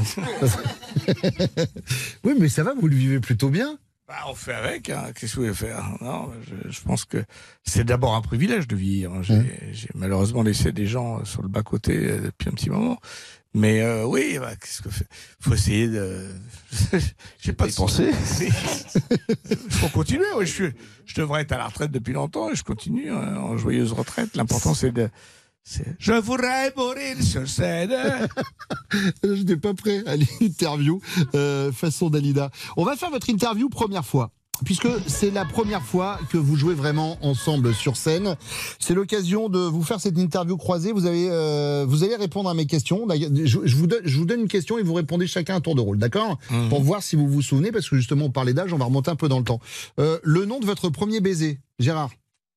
Oui, mais ça va, vous le vivez plutôt bien. Bah, on fait avec, hein. Qu'est-ce que vous voulez faire? Non, je, je pense que c'est d'abord un privilège de vieillir. J'ai, mmh. j'ai malheureusement laissé des gens sur le bas-côté depuis un petit moment. Mais euh, oui, bah, qu'est-ce que fait? Faut essayer de... J'ai pas de pensée. Il faut continuer. Oui, je, suis... je devrais être à la retraite depuis longtemps et je continue hein, en joyeuse retraite. L'important, c'est de... C'est... Je voudrais mourir sur scène. Je n'étais pas prêt à l'interview euh, façon Dalida. On va faire votre interview première fois, puisque c'est la première fois que vous jouez vraiment ensemble sur scène. C'est l'occasion de vous faire cette interview croisée. Vous, avez, euh, vous allez répondre à mes questions. Je, je, vous donne, je vous donne une question et vous répondez chacun un tour de rôle, d'accord? Mmh. Pour voir si vous vous souvenez, parce que justement on parlait d'âge, on va remonter un peu dans le temps. Euh, le nom de votre premier baiser, Gérard?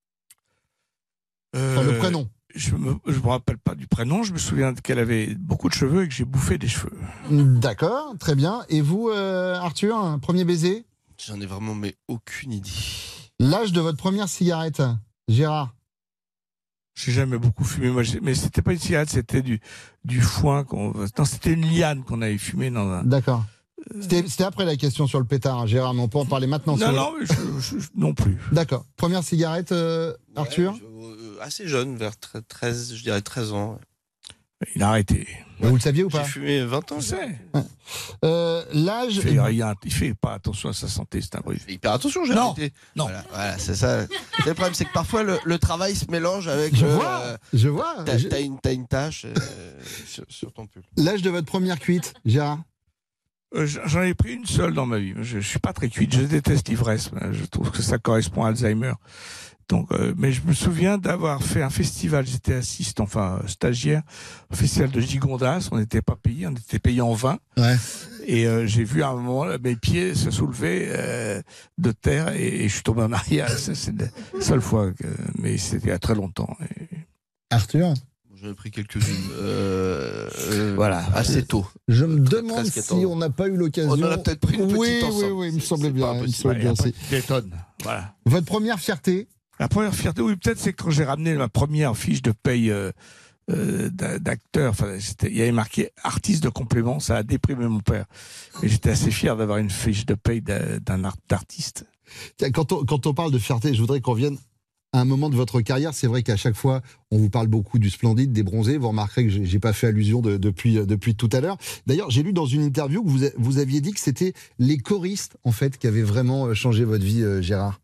euh... Enfin, le prénom. Je me, je me rappelle pas du prénom, je me souviens qu'elle avait beaucoup de cheveux et que j'ai bouffé des cheveux. D'accord, très bien. Et vous, euh, Arthur, un premier baiser? J'en ai vraiment mais aucune idée. L'âge de votre première cigarette, Gérard? J'ai jamais beaucoup fumé, moi, mais c'était pas une cigarette, c'était du, du foin. Qu'on, non, c'était une liane qu'on avait fumé dans un... D'accord. C'était, c'était après la question sur le pétard, hein, Gérard, mais on peut en parler maintenant. Non, non, mais je, je, je, non plus. D'accord. Première cigarette, euh, Arthur? Ouais, je, assez jeune, vers treize, je dirais treize ans. Il a arrêté. Vous le saviez ou pas? J'ai fumé vingt ans. Je sais. Ouais. Euh, l'âge. Il fait rien, il fait pas attention à sa santé, c'est un bruit. Il fait hyper attention, j'ai non. arrêté. Non. Voilà, voilà, c'est ça. C'est le problème, c'est que parfois le, le travail se mélange avec. Je euh, vois. Euh, je vois. T'as, je... t'as, une, t'as une tâche euh, sur, sur ton pull. L'âge de votre première cuite, Gérard? Euh, j'en ai pris une seule dans ma vie. Je, je suis pas très cuite, je déteste l'ivresse. Je trouve que ça correspond à Alzheimer. Donc, euh, mais je me souviens d'avoir fait un festival. J'étais assistant, enfin stagiaire, au festival de Gigondas. On n'était pas payé, on était payé en vin. Ouais. Et euh, j'ai vu à un moment mes pieds se soulever euh, de terre et, et je suis tombé en arrière. C'est, c'est la seule fois, que, mais c'était il y a très longtemps. Et... Arthur? J'en ai pris quelques-unes. Euh, euh, voilà. Assez tôt. Je me demande si on n'a pas eu l'occasion. On en a peut-être pris une petite oui, ensemble. Oui, oui, il me semblait bien. Il me semblait bien aussi. Détonne. Voilà. Votre première fierté? La première fierté, oui, peut-être, c'est quand j'ai ramené ma première fiche de paye euh, euh, d'acteur. Enfin, c'était, il y avait marqué artiste de complément. Ça a déprimé mon père. Et j'étais assez fier d'avoir une fiche de paye d'un art, d'artiste. Quand on, quand on parle de fierté, je voudrais qu'on vienne à un moment de votre carrière. C'est vrai qu'à chaque fois, on vous parle beaucoup du Splendide, des Bronzés. Vous remarquerez que j'ai, j'ai pas fait allusion de, depuis, depuis tout à l'heure. D'ailleurs, j'ai lu dans une interview que vous, a, vous aviez dit que c'était les choristes, en fait, qui avaient vraiment changé votre vie, euh, Gérard.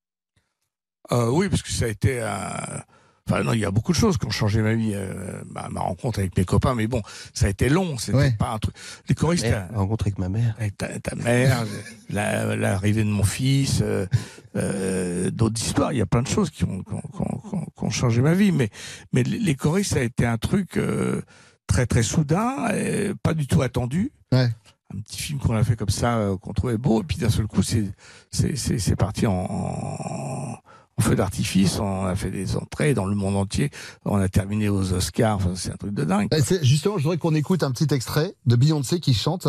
Euh, oui, parce que ça a été... Euh... Enfin, non, il y a beaucoup de choses qui ont changé ma vie. Euh, ma, ma rencontre avec mes copains, mais bon, ça a été long. C'était ouais. pas un truc... Les choristes... La rencontre avec ma mère. Avec ta, ta mère, la, l'arrivée de mon fils, euh, euh, d'autres histoires. Il y a plein de choses qui ont, qui ont, qui ont, qui ont changé ma vie. Mais, mais les choristes, ça a été un truc... Euh, très très soudain, et pas du tout attendu. Ouais. Un petit film qu'on a fait comme ça, euh, qu'on trouvait beau, et puis d'un seul coup, c'est c'est c'est, c'est parti en, en, en feu d'artifice. On a fait des entrées dans le monde entier. On a terminé aux Oscars. Enfin, c'est un truc de dingue. Et c'est, justement, je voudrais qu'on écoute un petit extrait de Beyoncé qui chante.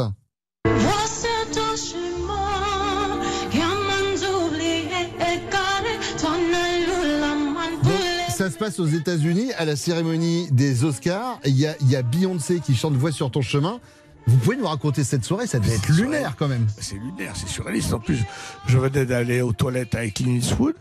Ça se passe aux États-Unis à la cérémonie des Oscars. Il y a, il y a Beyoncé qui chante Voix sur ton chemin. Vous pouvez nous raconter cette soirée? Ça devait être lunaire quand même. C'est lunaire, c'est surréaliste. En plus, je venais d'aller aux toilettes avec Clint Eastwood.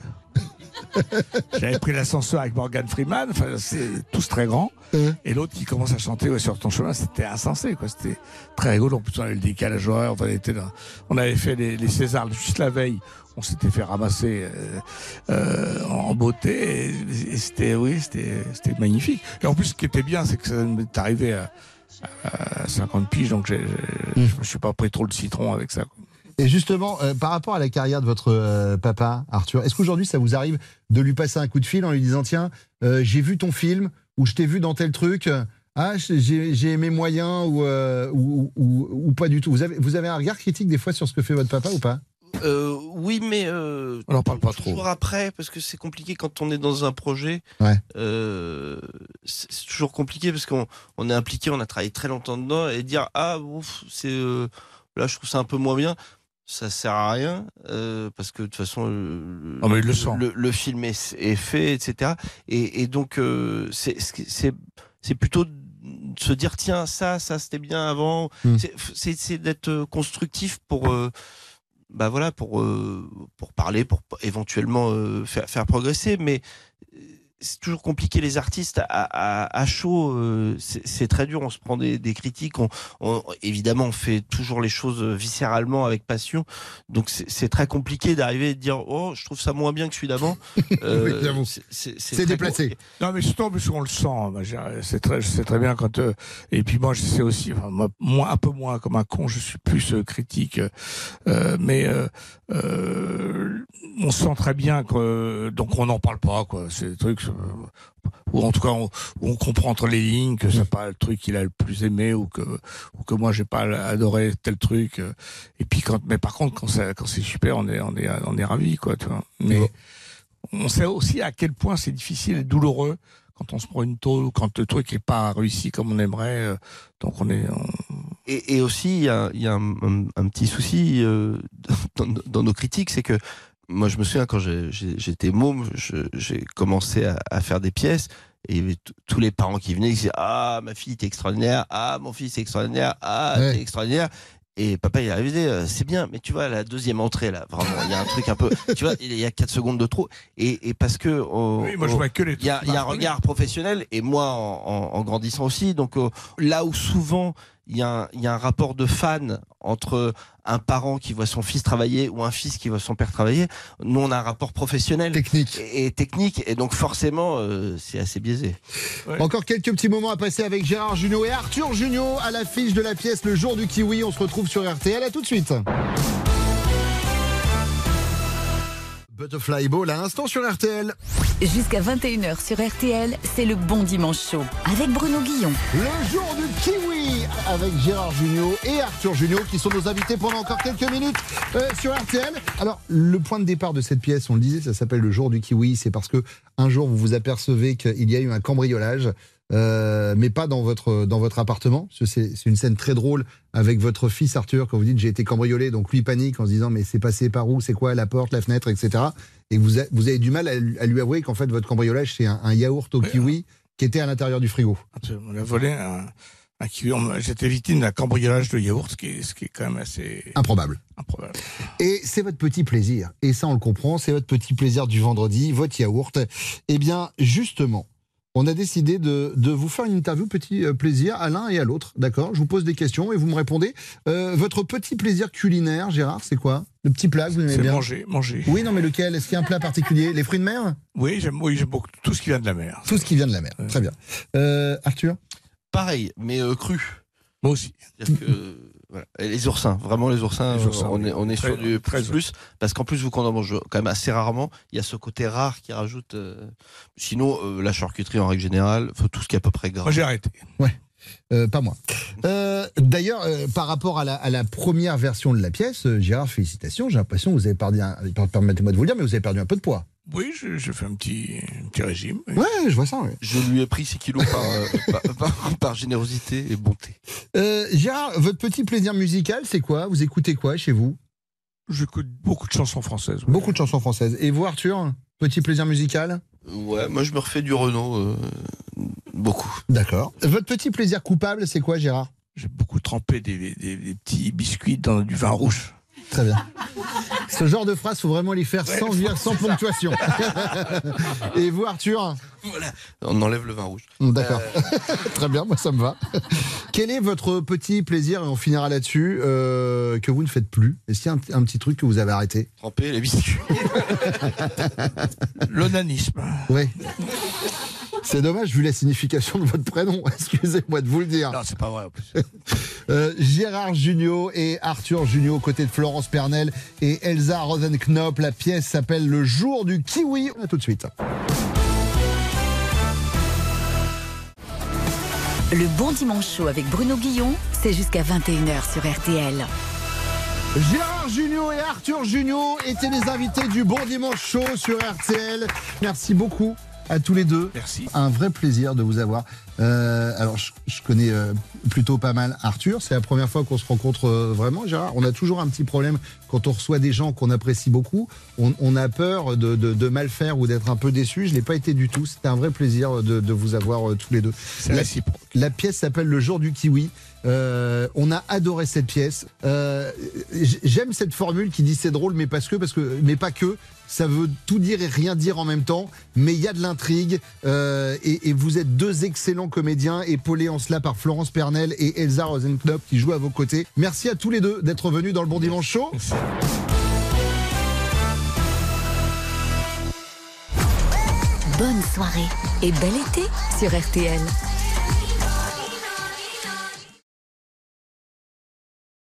J'avais pris l'ascenseur avec Morgan Freeman. Enfin, c'est tous très grands. Et l'autre qui commence à chanter ouais, sur ton chemin, c'était insensé, quoi. C'était très rigolo. En plus, on avait le décalage horaire. Enfin, on, était là. On avait fait les, les Césars juste la veille. On s'était fait ramasser euh, euh, en beauté. Et, et c'était, oui, c'était, c'était magnifique. Et en plus, ce qui était bien, c'est que ça m'est arrivé à, à cinquante piges, donc j'ai, j'ai, mmh. je me suis pas pris trop le citron avec ça, quoi. Et justement, euh, par rapport à la carrière de votre euh, papa, Arthur, est-ce qu'aujourd'hui ça vous arrive de lui passer un coup de fil en lui disant tiens, euh, j'ai vu ton film ou je t'ai vu dans tel truc, ah j'ai, j'ai aimé moyen ou, euh, ou, ou, ou pas du tout. Vous avez, vous avez un regard critique des fois sur ce que fait votre papa ou pas? Euh, oui, mais euh, on n'en parle pas trop. Toujours après, parce que c'est compliqué quand on est dans un projet. Ouais. Euh, c'est, c'est toujours compliqué parce qu'on on est impliqué, on a travaillé très longtemps dedans et dire ah ouf, c'est euh, là je trouve ça un peu moins bien. Ça sert à rien euh, parce que de toute façon le, oh, mais il le, sent. le, le film est, est fait, et cetera. Et, et donc euh, c'est, c'est, c'est plutôt de se dire tiens ça ça c'était bien avant. Mmh. C'est, c'est, c'est d'être constructif pour euh, bah voilà pour euh, pour parler, pour éventuellement euh, faire faire progresser, mais c'est toujours compliqué les artistes à, à, à chaud, euh, c'est, c'est très dur, on se prend des, des critiques, on, on, évidemment on fait toujours les choses viscéralement avec passion, donc c'est, c'est très compliqué d'arriver et de dire oh je trouve ça moins bien que celui d'avant. Euh, oui, c'est, c'est, c'est, c'est déplacé. Con... Non mais surtout en plus on le sent, c'est très, c'est très bien quand euh, et puis moi je sais aussi, enfin, moi, moi un peu moins comme un con, je suis plus euh, critique, euh, mais euh, euh, on sent très bien que donc on n'en parle pas quoi, c'est des trucs ou en tout cas on, on comprend entre les lignes que c'est pas le truc qu'il a le plus aimé ou que ou que moi j'ai pas adoré tel truc, et puis quand mais par contre quand c'est quand c'est super on est on est on est ravis quoi, tu vois. Mais ouais. On sait aussi à quel point c'est difficile et douloureux quand on se prend une tôle ou quand le truc est pas réussi comme on aimerait, donc on est on... Et, et aussi il y a il y a un, un, un petit souci euh, dans, dans nos critiques, c'est que moi, je me souviens, quand j'ai, j'ai, j'étais môme, je, j'ai commencé à, à faire des pièces, et il y avait t- tous les parents qui venaient, qui disaient « Ah, ma fille, t'es extraordinaire. Ah, mon fils, c'est extraordinaire. Ah, ouais. T'es extraordinaire. » Et papa, il arrivait, c'est bien, mais tu vois, la deuxième entrée, là, vraiment, il y a un truc un peu, tu vois, il y a quatre secondes de trop. Et, et parce que, oh, oui, moi, je oh, vois que les il y a, il y a un regard professionnel, et moi, en, en, en grandissant aussi, donc, oh, là où souvent, il y a un, il y a un rapport de fan entre un parent qui voit son fils travailler ou un fils qui voit son père travailler. Nous, on a un rapport professionnel. Technique. Et, et technique. Et donc, forcément, euh, c'est assez biaisé. Ouais. Encore quelques petits moments à passer avec Gérard Jugnot et Arthur Jugnot à l'affiche de la pièce Le Jour du Kiwi. On se retrouve sur R T L. À tout de suite. Butterfly Ball à l'instant sur R T L. Jusqu'à vingt et une heures sur R T L, c'est le Bon Dimanche Show avec Bruno Guillon. Le Jour du Kiwi avec Gérard Jugnot et Arthur Jugnot qui sont nos invités pendant encore quelques minutes euh, sur R T L. Alors, le point de départ de cette pièce, on le disait, ça s'appelle Le Jour du Kiwi. C'est parce que un jour, vous vous apercevez qu'il y a eu un cambriolage. Euh, mais pas dans votre dans votre appartement. C'est, c'est une scène très drôle avec votre fils Arthur quand vous dites j'ai été cambriolé, donc lui panique en se disant mais c'est passé par où, c'est quoi la porte, la fenêtre, et cetera. Et vous a, vous avez du mal à, à lui avouer qu'en fait votre cambriolage c'est un, un yaourt au oui, kiwi qui était à l'intérieur du frigo. On a volé un, un kiwi. J'étais victime d'un cambriolage de yaourt, ce qui est, ce qui est quand même assez improbable. Improbable. Et c'est votre petit plaisir. Et ça on le comprend. C'est votre petit plaisir du vendredi, votre yaourt. Eh bien justement. On a décidé de, de vous faire une interview petit plaisir à l'un et à l'autre, d'accord ? Je vous pose des questions et vous me répondez. Euh, votre petit plaisir culinaire, Gérard, c'est quoi ? Le petit plat que vous aimez c'est bien ? manger, manger. Oui, non, mais lequel ? Est-ce qu'il y a un plat particulier ? Les fruits de mer ? Oui, j'aime, oui, j'aime beaucoup tout ce qui vient de la mer. Tout ce qui vient de la mer, ouais. Très bien. Euh, Arthur ? Pareil, mais euh, cru. Moi aussi. C'est-à-dire que... Voilà. Et les oursins, vraiment les oursins, les oursins on, oui. est, on est très, sur du plus plus, parce qu'en plus vous qu'on en mange quand même assez rarement, il y a ce côté rare qui rajoute. Euh... Sinon, euh, la charcuterie en règle générale, faut tout ce qui est à peu près gras. Moi j'ai arrêté. Ouais. Euh, pas moi. Euh, D'ailleurs, euh, par rapport à la, à la première version de la pièce, euh, Gérard, félicitations. J'ai l'impression que vous avez perdu, un, permettez-moi de vous le dire, mais vous avez perdu un peu de poids. Oui, je, je fais un petit, un petit régime. Oui. Ouais, je vois ça. Ouais. Je lui ai pris six kilos par, euh, par, par, par générosité et bonté. Euh, Gérard, votre petit plaisir musical, c'est quoi? Vous écoutez quoi chez vous? J'écoute beaucoup de chansons françaises. Ouais. Beaucoup de chansons françaises. Et vous, Arthur, petit plaisir musical? Ouais, moi je me refais du Renaud, euh, beaucoup. D'accord. Votre petit plaisir coupable, c'est quoi, Gérard? J'ai beaucoup trempé des, des, des petits biscuits dans du vin rouge. Très bien. Ce genre de phrase, faut vraiment les faire ouais, sans, dire, sans ponctuation. Et vous, Arthur? Voilà. On enlève le vin rouge. D'accord. Euh... Très bien, moi ça me va. Quel est votre petit plaisir, et on finira là-dessus, euh, que vous ne faites plus? Est-ce qu'il y a un, un petit truc que vous avez arrêté? Tremper les biscuits. L'onanisme. Oui. C'est dommage vu la signification de votre prénom. Excusez-moi de vous le dire. Non, c'est pas vrai en plus. euh, Gérard Jugnot et Arthur Jugnot aux côtés de Florence Pernel et Elsa Rosenknop. La pièce s'appelle Le jour du kiwi. À tout de suite. Le Bon Dimanche Show avec Bruno Guillon, c'est jusqu'à vingt et une heures sur R T L. Gérard Jugnot et Arthur Jugnot étaient les invités du Bon Dimanche Show sur R T L. Merci beaucoup à tous les deux. Merci. Un vrai plaisir de vous avoir. Euh, alors, je, je connais euh, plutôt pas mal Arthur. C'est la première fois qu'on se rencontre euh, vraiment, Gérard. On a toujours un petit problème quand on reçoit des gens qu'on apprécie beaucoup. On, on a peur de, de, de mal faire ou d'être un peu déçu. Je l'ai pas été du tout. C'était un vrai plaisir de, de vous avoir euh, tous les deux. C'est la, réciproque. La pièce s'appelle Le jour du kiwi. Euh, on a adoré cette pièce. Euh, J'aime cette formule qui dit c'est drôle, mais parce que, parce que, mais pas que. Ça veut tout dire et rien dire en même temps, mais il y a de l'intrigue euh, et, et vous êtes deux excellents comédiens, épaulés en cela par Florence Pernel et Elsa Rosenknop qui jouent à vos côtés. Merci à tous les deux d'être venus dans le Bon Dimanche Show. Bonne soirée et bel été sur R T L.